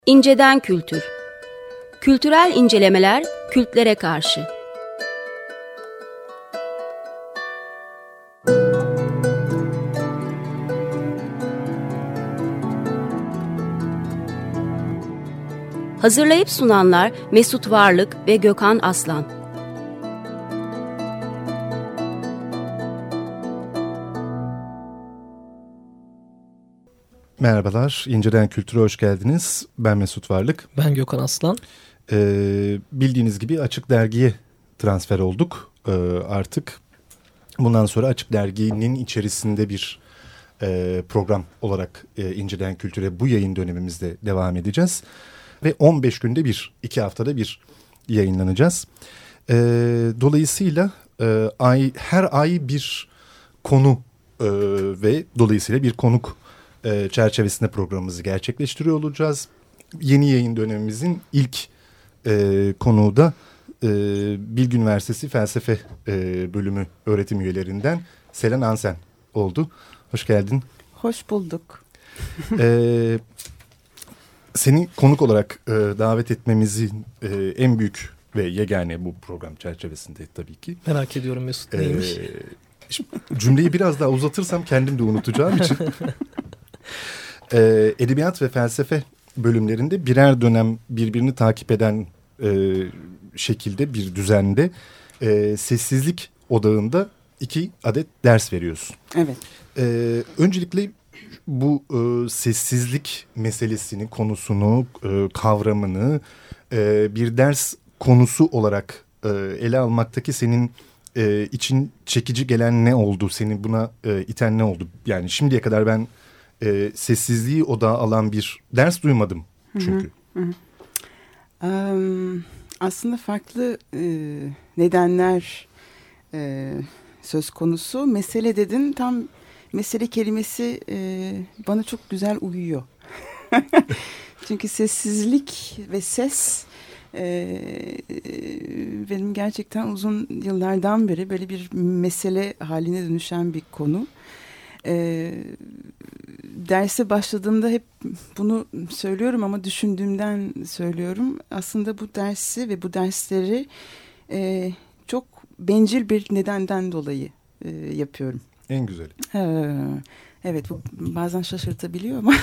İnceden kültür. Kültürel incelemeler kültlere karşı. Hazırlayıp sunanlar Mesut Varlık ve Gökhan Aslan. Merhabalar, İnceden Kültür'e hoş geldiniz. Ben Mesut Varlık. Ben Gökhan Aslan. Bildiğiniz gibi Açık Dergi'ye transfer olduk. Artık bundan sonra Açık Dergi'nin içerisinde bir program olarak İnceden Kültür'e bu yayın dönemimizde devam edeceğiz. Ve 15 günde bir, 2 haftada bir yayınlanacağız. Dolayısıyla her ay bir konu ve dolayısıyla bir konuk çerçevesinde programımızı gerçekleştiriyor olacağız. Yeni yayın dönemimizin ilk konuğu da Bilgi Üniversitesi Felsefe Bölümü öğretim üyelerinden Selen Ansen oldu. Hoş geldin. Hoş bulduk. Seni konuk olarak davet etmemizin en büyük ve yegane bu program çerçevesinde tabii ki. Merak ediyorum Mesut neymiş? Cümleyi biraz daha uzatırsam kendim de unutacağım için. Edebiyat ve felsefe bölümlerinde birer dönem birbirini takip eden şekilde bir düzende sessizlik odağında 2 adet ders veriyorsun. Evet. Öncelikle bu sessizlik meselesini, konusunu, kavramını bir ders konusu olarak ele almaktaki senin için çekici gelen ne oldu? Seni buna iten ne oldu? Yani şimdiye kadar ben sessizliği odağa alan bir ders duymadım çünkü. Aslında farklı nedenler söz konusu. Mesele dedin, tam mesele kelimesi bana çok güzel uyuyor. Çünkü sessizlik ve ses benim gerçekten uzun yıllardan beri böyle bir mesele haline dönüşen bir konu. Derse başladığımda hep bunu söylüyorum ama düşündüğümden söylüyorum. Aslında bu dersi ve bu dersleri çok bencil bir nedenden dolayı yapıyorum. En güzeli. Evet, bu bazen şaşırtabiliyor ama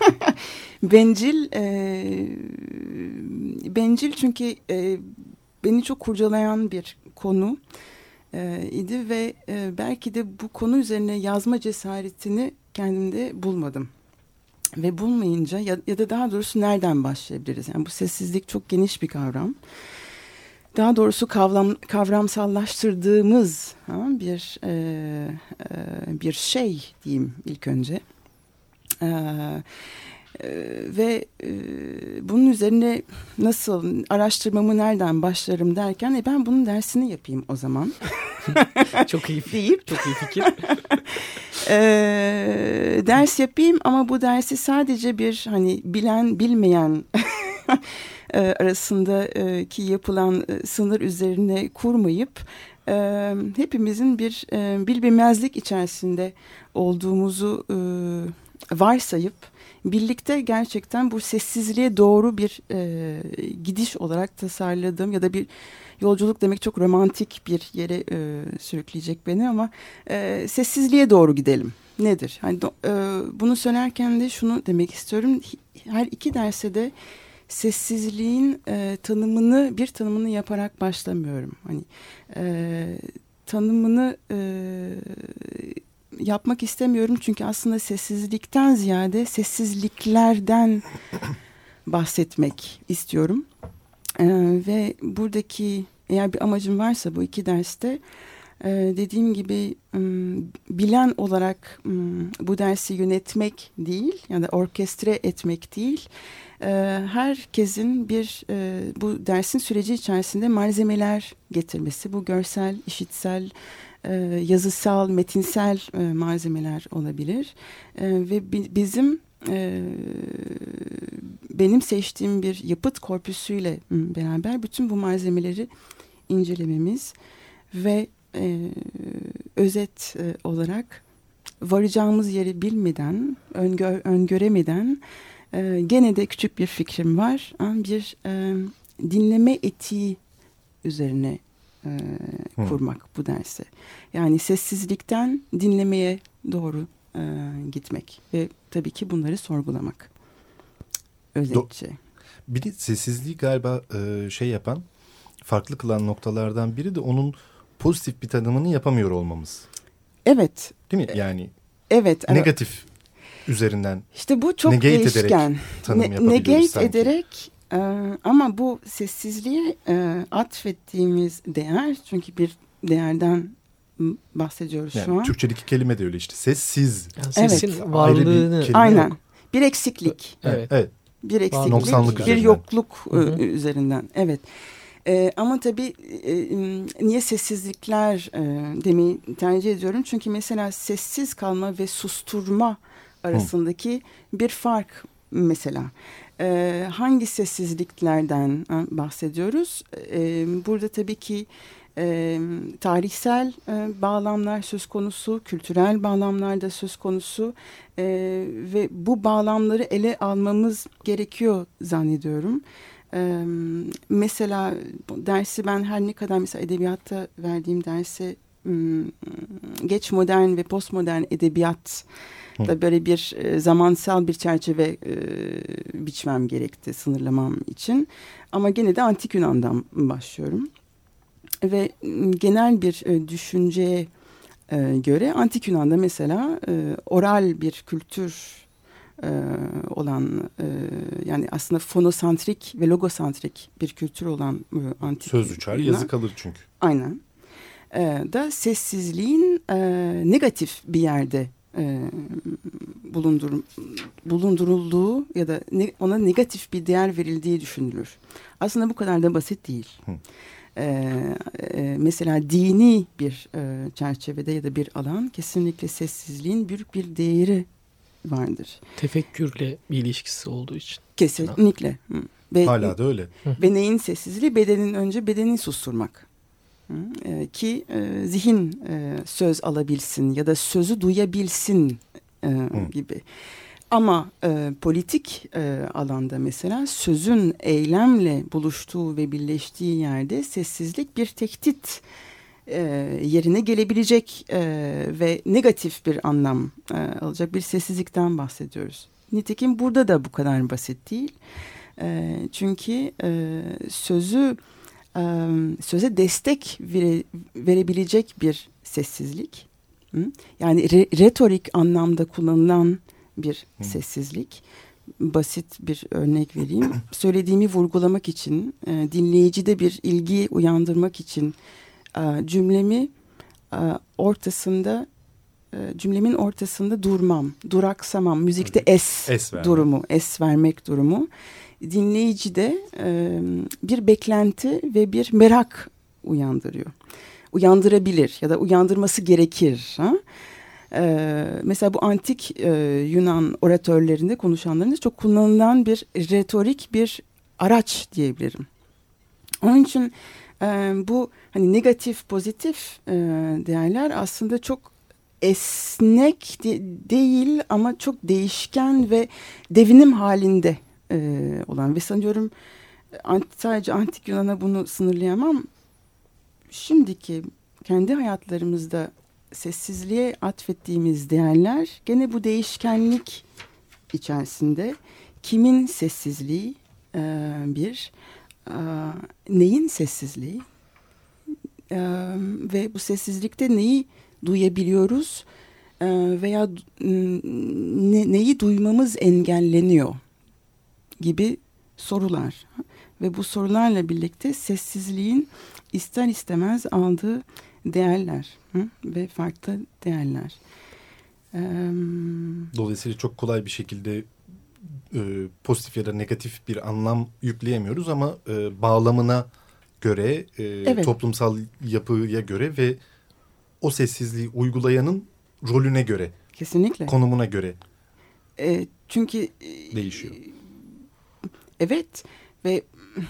bencil çünkü beni çok kurcalayan bir konu idi ve belki de bu konu üzerine yazma cesaretini kendimde bulmadım. Ve bulmayınca ya da daha doğrusu nereden başlayabiliriz? Yani bu sessizlik çok geniş bir kavram. Daha doğrusu kavramsallaştırdığımız bir şey diyeyim ilk önce. Ve bunun üzerine nasıl araştırmamı nereden başlarım derken ben bunun dersini yapayım o zaman. Çok iyi deyip çok iyi fikir. Ders yapayım ama bu dersi sadece bir bilen bilmeyen arasındaki yapılan sınır üzerine kurmayıp hepimizin bir bilmemezlik içerisinde olduğumuzu varsayıp birlikte gerçekten bu sessizliğe doğru bir gidiş olarak tasarladığım ya da bir yolculuk demek çok romantik bir yere sürükleyecek beni ama sessizliğe doğru gidelim. Nedir? Bunu söylerken de şunu demek istiyorum. Her 2 derse de sessizliğin tanımını yaparak başlamıyorum. Tanımını yapmak istemiyorum çünkü aslında sessizlikten ziyade sessizliklerden bahsetmek istiyorum. Ve buradaki eğer bir amacım varsa bu 2 derste dediğim gibi bilen olarak bu dersi yönetmek değil ya da orkestre etmek değil. Herkesin bu dersin süreci içerisinde malzemeler getirmesi, bu görsel, işitsel, yazısal, metinsel malzemeler olabilir. Ve benim seçtiğim bir yapıt korpüsüyle beraber bütün bu malzemeleri incelememiz ve özet olarak varacağımız yeri bilmeden, öngöremeden Gene de küçük bir fikrim var. Bir dinleme etiği üzerine kurmak bu dersi. Yani sessizlikten dinlemeye doğru gitmek ve tabii ki bunları sorgulamak. Özetçe. Bir de sessizliği galiba yapan, farklı kılan noktalardan biri de onun pozitif bir tanımını yapamıyor olmamız. Evet. Değil mi? Yani evet. Negatif üzerinden. İşte bu çok negate değişken. Ederek tanım yapabiliyoruz negate sanki. ederek ama bu sessizliğe atfettiğimiz değer, çünkü bir değerden bahsediyoruz Yani şu an. Türkçedeki kelime de öyle işte. Sessiz. Yani sesin Evet. varlığını. Aynen. Yok. Bir eksiklik. Evet. Bir eksiklik, Noksanlık bir üzerinden. yokluk üzerinden. Evet. Ama tabii niye sessizlikler demeyi tercih ediyorum? Çünkü mesela sessiz kalma ve susturma arasındaki bir fark mesela. Hangi sessizliklerden bahsediyoruz? Burada tabii ki tarihsel bağlamlar söz konusu, kültürel bağlamlar da söz konusu ve bu bağlamları ele almamız gerekiyor zannediyorum. Mesela dersi ben her ne kadar mesela edebiyatta verdiğim derse geç modern ve postmodern edebiyat da böyle bir zamansal bir çerçeve biçmem gerekti sınırlamam için. Ama gene de Antik Yunan'dan başlıyorum. Ve genel bir düşünceye göre Antik Yunan'da mesela oral bir kültür olan yani aslında fonosantrik ve logosantrik bir kültür olan Antik Söz uçar, Yunan. yazı kalır çünkü. Aynen. Da sessizliğin negatif bir yerde bulundurulduğu ya da ona negatif bir değer verildiği düşünülür. Aslında bu kadar da basit değil. Mesela dini bir çerçevede ya da bir alan kesinlikle sessizliğin büyük bir değeri vardır. Tefekkürle bir ilişkisi olduğu için. Kesinlikle. Ve, hala da öyle. Ve neyin sessizliği? Bedeni susturmak. Ki zihin söz alabilsin ya da sözü duyabilsin gibi. Ama politik alanda mesela sözün eylemle buluştuğu ve birleştiği yerde sessizlik bir tehdit yerine gelebilecek ve negatif bir anlam alacak bir sessizlikten bahsediyoruz. Nitekim burada da bu kadar basit değil. Çünkü söze destek verebilecek bir sessizlik. Yani retorik anlamda kullanılan bir sessizlik. Basit bir örnek vereyim. Söylediğimi vurgulamak için, dinleyicide bir ilgi uyandırmak için cümlemin ortasında durmam, duraksamam. Müzikte es durumu, es vermek durumu. Dinleyicide bir beklenti ve bir merak uyandırıyor. Uyandırabilir ya da uyandırması gerekir. Mesela bu antik Yunan oratörlerinde, konuşanlarında çok kullanılan bir retorik bir araç diyebilirim. Onun için bu hani negatif, pozitif değerler aslında çok esnek değil ama çok değişken ve devinim halinde olan ve sanıyorum sadece Antik Yunan'a bunu sınırlayamam. Şimdiki kendi hayatlarımızda sessizliğe atfettiğimiz değerler gene bu değişkenlik içerisinde kimin sessizliği neyin sessizliği ve bu sessizlikte neyi duyabiliyoruz veya neyi duymamız engelleniyor gibi sorular. Ve bu sorularla birlikte sessizliğin ister istemez aldığı değerler ve farklı değerler. Dolayısıyla çok kolay bir şekilde pozitif ya da negatif bir anlam yükleyemiyoruz ama bağlamına göre, evet, toplumsal yapıya göre ve o sessizliği uygulayanın rolüne göre, kesinlikle, konumuna göre çünkü değişiyor. Evet ve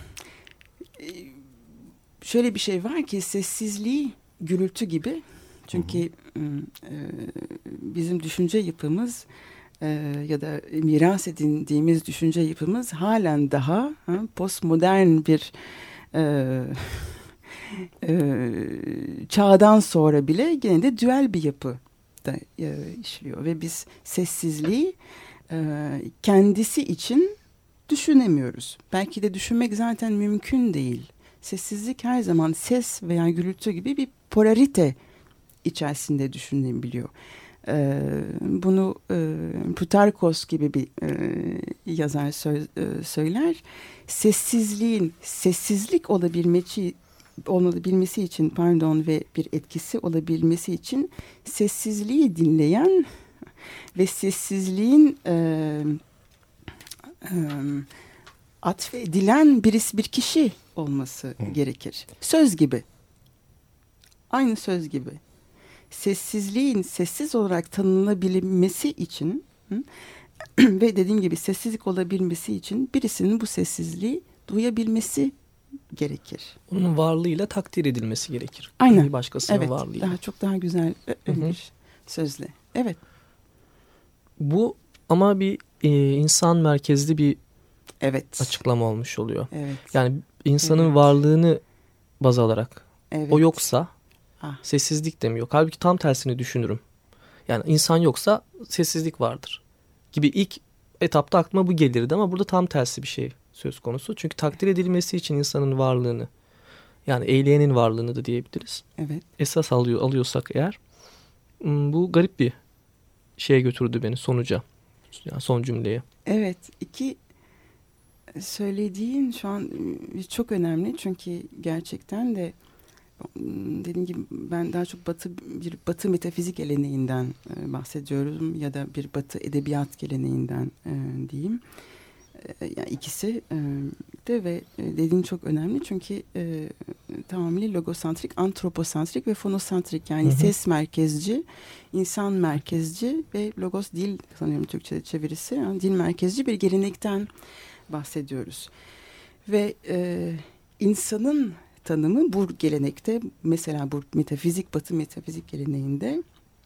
şöyle bir şey var ki sessizliği gürültü gibi, çünkü bizim düşünce yapımız ya da miras edindiğimiz düşünce yapımız halen daha postmodern bir çağdan sonra bile gene de düel bir yapı da işliyor ve biz sessizliği kendisi için düşünemiyoruz. Belki de düşünmek zaten mümkün değil. Sessizlik her zaman ses veya gürültü gibi bir polarite içerisinde düşünülebiliyor. Bunu Plutarkos gibi bir yazar söyler. Sessizliğin sessizlik olabilmesi için ve bir etkisi olabilmesi için sessizliği dinleyen ve sessizliğin atfedilen bir kişi olması gerekir. Söz gibi. Aynı söz gibi. Sessizliğin sessiz olarak tanınabilmesi için ve dediğim gibi sessizlik olabilmesi için birisinin bu sessizliği duyabilmesi gerekir. Onun varlığıyla takdir edilmesi gerekir. Aynen. Bir başkasının varlığıyla. Evet. Çok daha güzel bir sözle. Evet. Bu ama bir insan merkezli bir açıklama olmuş oluyor. Evet. Yani insanın varlığını baz alarak o yoksa sessizlik de mi yok? Halbuki tam tersini düşünürüm. Yani insan yoksa sessizlik vardır gibi ilk etapta aklıma bu gelirdi ama burada tam tersi bir şey söz konusu. Çünkü takdir edilmesi için insanın varlığını, yani eyleyenin varlığını da diyebiliriz. Evet. Esas alıyorsak eğer, bu garip bir şeye götürdü beni sonuca. Yani son cümleye. Evet, iki söylediğin şu an çok önemli çünkü gerçekten de dediğim gibi ben daha çok bir batı metafizik geleneğinden bahsediyorum ya da bir batı edebiyat geleneğinden diyeyim. Yani ikisi de ve dediğin çok önemli çünkü tamamıyla logosantrik, antroposantrik ve fonosantrik yani ses merkezci, insan merkezci ve logos dil sanıyorum Türkçe'de çevirisi yani dil merkezci bir gelenekten bahsediyoruz. Ve insanın tanımı bu gelenekte mesela bu metafizik, batı metafizik geleneğinde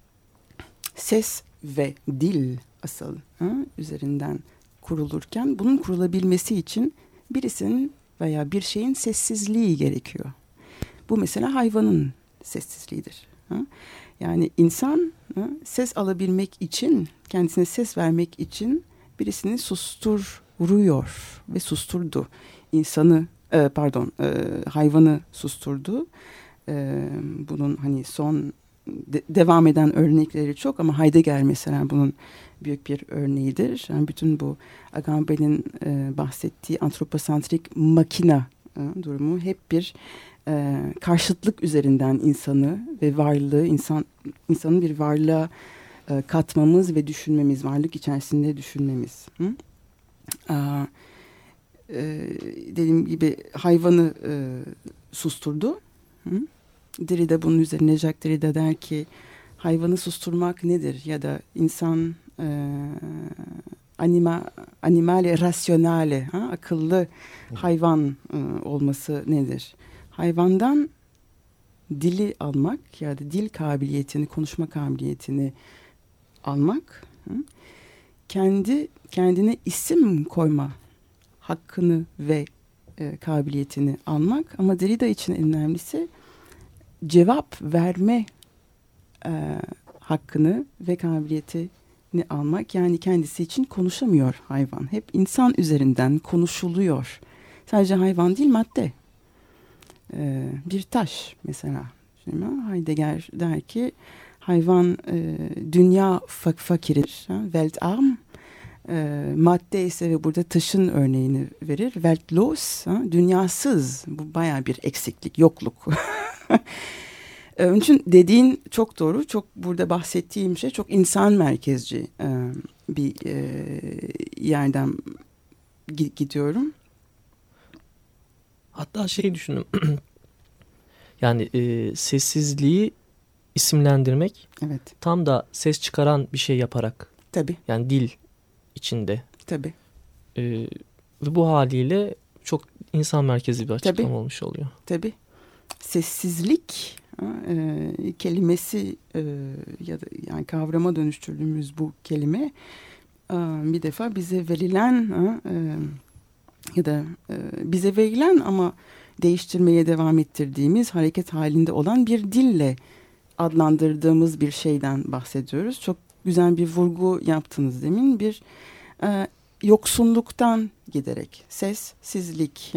ses ve dil asıl üzerinden kurulurken bunun kurulabilmesi için birisinin veya bir şeyin sessizliği gerekiyor. Bu mesela hayvanın sessizliğidir. Yani insan ses alabilmek için, kendisine ses vermek için birisini susturuyor ve susturdu. Hayvanı susturdu. Bunun hani son devam eden örnekleri çok ama Heidegger mesela bunun büyük bir örneğidir. Yani bütün bu Agamben'in bahsettiği antroposantrik makina durumu hep bir karşıtlık üzerinden insanı ve varlığı, insanın bir varlığa katmamız ve düşünmemiz, varlık içerisinde düşünmemiz. Dediğim gibi hayvanı susturdu. Derrida bunun üzerine Jacques Derrida der ki hayvanı susturmak nedir? Ya da insan animale rasyonale, akıllı hayvan olması nedir? Hayvandan dili almak ya da dil kabiliyetini, konuşma kabiliyetini almak, kendine isim koyma hakkını ve kabiliyetini almak ama Derrida için en önemlisi cevap verme hakkını ve kabiliyetini almak. Yani kendisi için konuşamıyor hayvan. Hep insan üzerinden konuşuluyor. Sadece hayvan değil, madde. Bir taş mesela. Heidegger der ki hayvan dünya fakiridir. Weltarm. Madde ise ve burada taşın örneğini verir. Weltlos, dünyasız. Bu bayağı bir eksiklik, yokluk. Onun için dediğin çok doğru. Çok burada bahsettiğim şey çok insan merkezci bir yerden gidiyorum. Hatta düşündüm. Yani sessizliği isimlendirmek tam da ses çıkaran bir şey yaparak. Tabii. Yani dil içinde. Tabii. Ve bu haliyle çok insan merkezli bir açıklama olmuş oluyor. Tabii. Sessizlik kelimesi ya da yani kavrama dönüştürdüğümüz bu kelime bir defa bize verilen ya da bize verilen ama değiştirmeye devam ettirdiğimiz, hareket halinde olan bir dille adlandırdığımız bir şeyden bahsediyoruz. Çok güzel bir vurgu yaptınız demin. Bir yoksunluktan giderek sessizlik,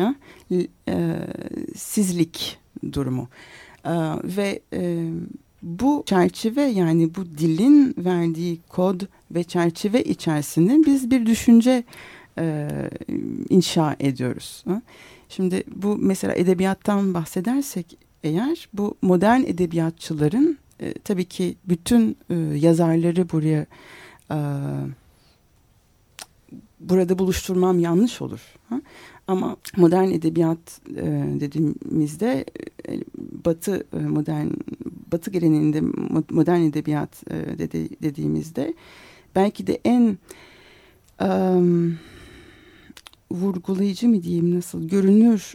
sizlik durumu ve bu çerçeve, yani bu dilin verdiği kod ve çerçeve içerisinde biz bir düşünce inşa ediyoruz. Şimdi bu mesela edebiyattan bahsedersek eğer, bu modern edebiyatçıların tabii ki bütün yazarları burada buluşturmam yanlış olur. Ama modern edebiyat dediğimizde Batı geleneğinde modern edebiyat dediğimizde belki de en vurgulayıcı mı diyeyim, nasıl görünür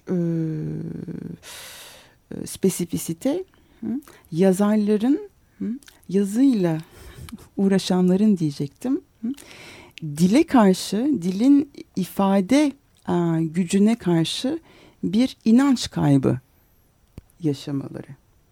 spesifisite yazarların, yazıyla uğraşanların diyecektim, dile karşı, dilin ifade gücüne karşı bir inanç kaybı yaşamaları.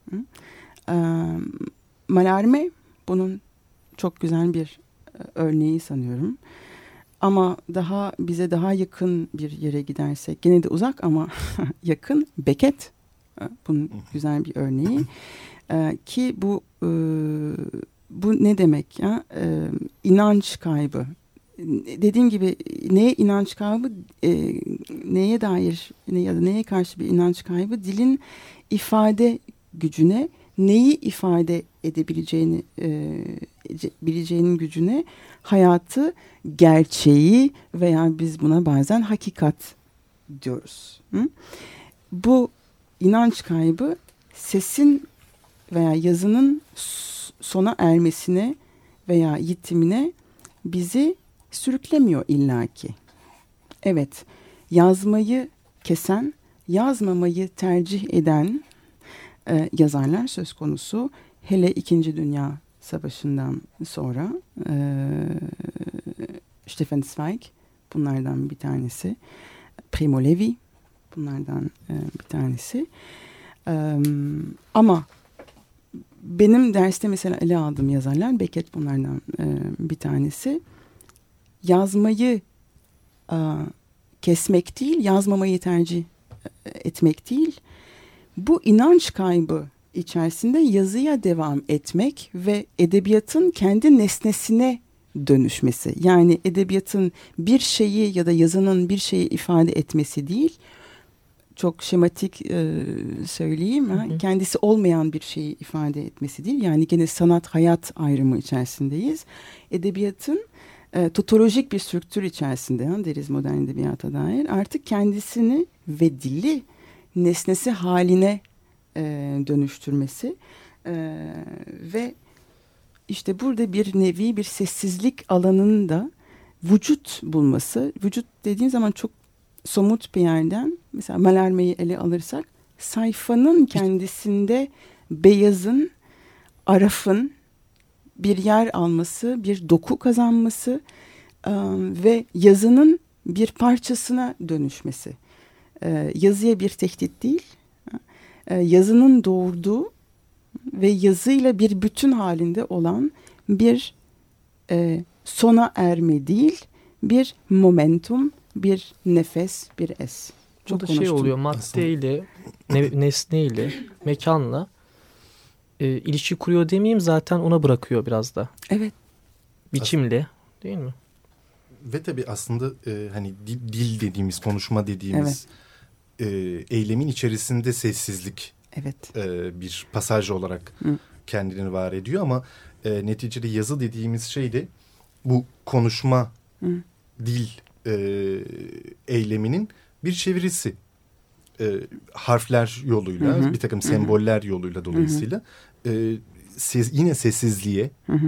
Mallarmé bunun çok güzel bir örneği sanıyorum. Ama bize daha yakın bir yere gidersek, gene de uzak ama yakın, Beckett bunun güzel bir örneği. Ki bu ne demek ya? İnanç kaybı. Dediğim gibi, neye inanç kaybı, neye dair ya da neye karşı bir inanç kaybı, dilin ifade gücüne, neyi ifade edebileceğinin gücüne, hayatı, gerçeği veya biz buna bazen hakikat diyoruz. Bu inanç kaybı sesin veya yazının sona ermesine veya yitimine bizi sürüklemiyor illaki. Evet, yazmayı kesen, yazmamayı tercih eden yazarlar söz konusu. Hele 2. Dünya Savaşı'ndan sonra Stefan Zweig bunlardan bir tanesi. Primo Levi bunlardan bir tanesi. Ama benim derste mesela ele aldığım yazarlar, Beckett bunlardan bir tanesi. Yazmayı kesmek değil, yazmamayı tercih etmek değil. Bu inanç kaybı içerisinde yazıya devam etmek ve edebiyatın kendi nesnesine dönüşmesi. Yani edebiyatın bir şeyi ya da yazının bir şeyi ifade etmesi değil, çok şematik söyleyeyim, kendisi olmayan bir şeyi ifade etmesi değil. Yani gene sanat hayat ayrımı içerisindeyiz. Edebiyatın totolojik bir strüktür içerisinde deriz modern edebiyata dair, artık kendisini ve dili nesnesi haline dönüştürmesi ve işte burada bir nevi bir sessizlik alanının da vücut bulması. Vücut dediğim zaman çok somut bir yerden, mesela Mallarmé'yi ele alırsak, sayfanın kendisinde beyazın, arafın bir yer alması, bir doku kazanması ve yazının bir parçasına dönüşmesi. Yazıya bir tehdit değil, yazının doğurduğu ve yazıyla bir bütün halinde olan bir sona erme değil, bir momentum, bir nefes, bir es. Çok da şey oluyor, maddeyle, nesneyle, mekanla ilişki kuruyor demeyeyim, zaten ona bırakıyor biraz da. Evet. Biçimle, değil mi? Ve tabii aslında hani dil dediğimiz, konuşma dediğimiz eylemin içerisinde sessizlik bir pasaj olarak kendini var ediyor ama neticede yazı dediğimiz şey de bu konuşma, dil eyleminin bir çevirisi. Harfler yoluyla, bir takım semboller yoluyla dolayısıyla yine sessizliğe,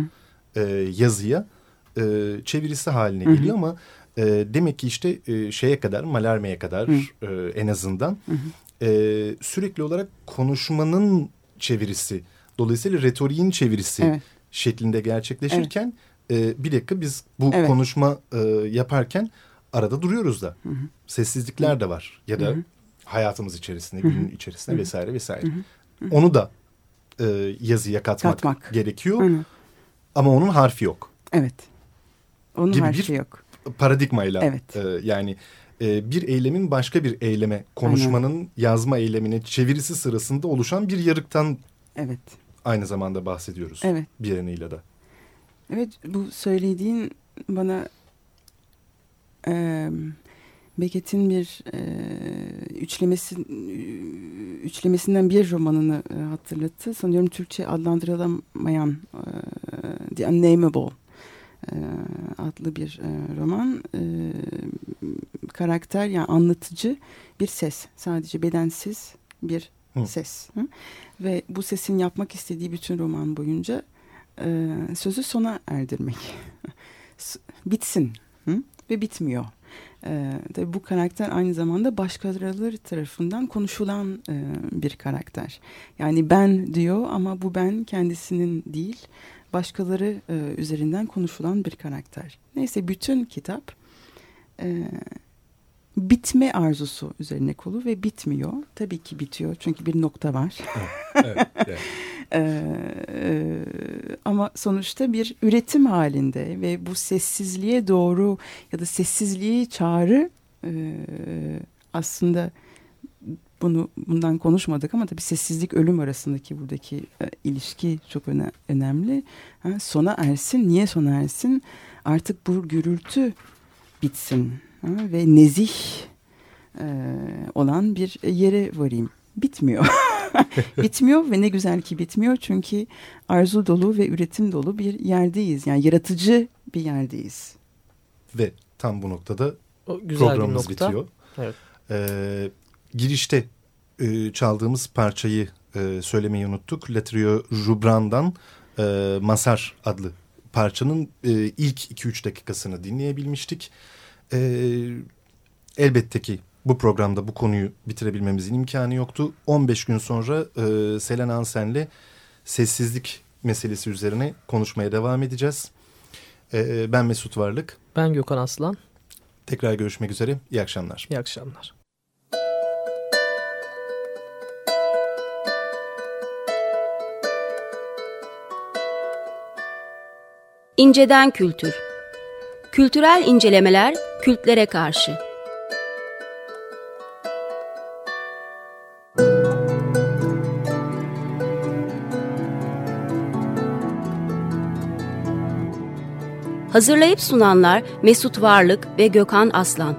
yazıya çevirisi haline geliyor ama demek ki işte şeye kadar, Mallarmé'ye kadar en azından sürekli olarak konuşmanın çevirisi, dolayısıyla retoriğin çevirisi şeklinde gerçekleşirken bir dakika biz bu konuşma yaparken arada duruyoruz da. Hı hı. Sessizlikler de var. Ya da hayatımız içerisinde, günün içerisinde vesaire vesaire. Hı hı. Onu da yazıya katmak gerekiyor. Hı hı. Ama onun harfi yok. Evet. Onun gibi harfi yok. Paradigmayla yani bir eylemin başka bir eyleme, konuşmanın yazma eylemine çevirisi sırasında oluşan bir yarıktan aynı zamanda bahsediyoruz. Evet. Bir yanıyla da. Evet, bu söylediğin bana Beckett'in bir üçlemesinden bir romanını hatırlattı. Sanıyorum Türkçe adlandırılamayan The Unnameable adlı bir roman. Karakter, yani anlatıcı bir ses. Sadece bedensiz bir ses. Ve bu sesin yapmak istediği bütün roman boyunca sözü sona erdirmek. Bitsin. Ve bitmiyor. Tabii bu karakter aynı zamanda başkaları tarafından konuşulan bir karakter. Yani ben diyor ama bu ben kendisinin değil, başkaları üzerinden konuşulan bir karakter. Neyse, bütün kitap bitme arzusu üzerine kurulu ve bitmiyor. Tabii ki bitiyor çünkü bir nokta var. Evet. Ama sonuçta bir üretim halinde ve bu sessizliğe doğru ya da sessizliği çağrı aslında bundan konuşmadık ama tabii sessizlik ölüm arasındaki buradaki ilişki çok önemli. Sona ersin. Niye sona ersin? Artık bu gürültü bitsin ve nezih olan bir yere varayım. Bitmiyor. Bitmiyor ve ne güzel ki bitmiyor çünkü arzu dolu ve üretim dolu bir yerdeyiz. Yani yaratıcı bir yerdeyiz. Ve tam bu noktada programımız bitiyor. Evet. Girişte çaldığımız parçayı söylemeyi unuttuk. Latrio Joubran'dan Masar adlı parçanın ilk 2-3 dakikasını dinleyebilmiştik. Elbette ki bu programda bu konuyu bitirebilmemizin imkanı yoktu. 15 gün sonra Selen Ansen'le sessizlik meselesi üzerine konuşmaya devam edeceğiz. Ben Mesut Varlık. Ben Gökhan Aslan. Tekrar görüşmek üzere. İyi akşamlar. İyi akşamlar. İnceden Kültür. Kültürel incelemeler kültlere karşı. Hazırlayıp sunanlar Mesut Varlık ve Gökhan Aslan.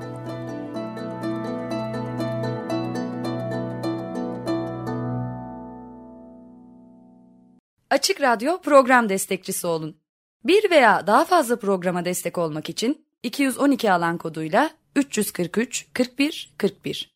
Açık Radyo program destekçisi olun. Bir veya daha fazla programa destek olmak için 212 alan koduyla 343 41 41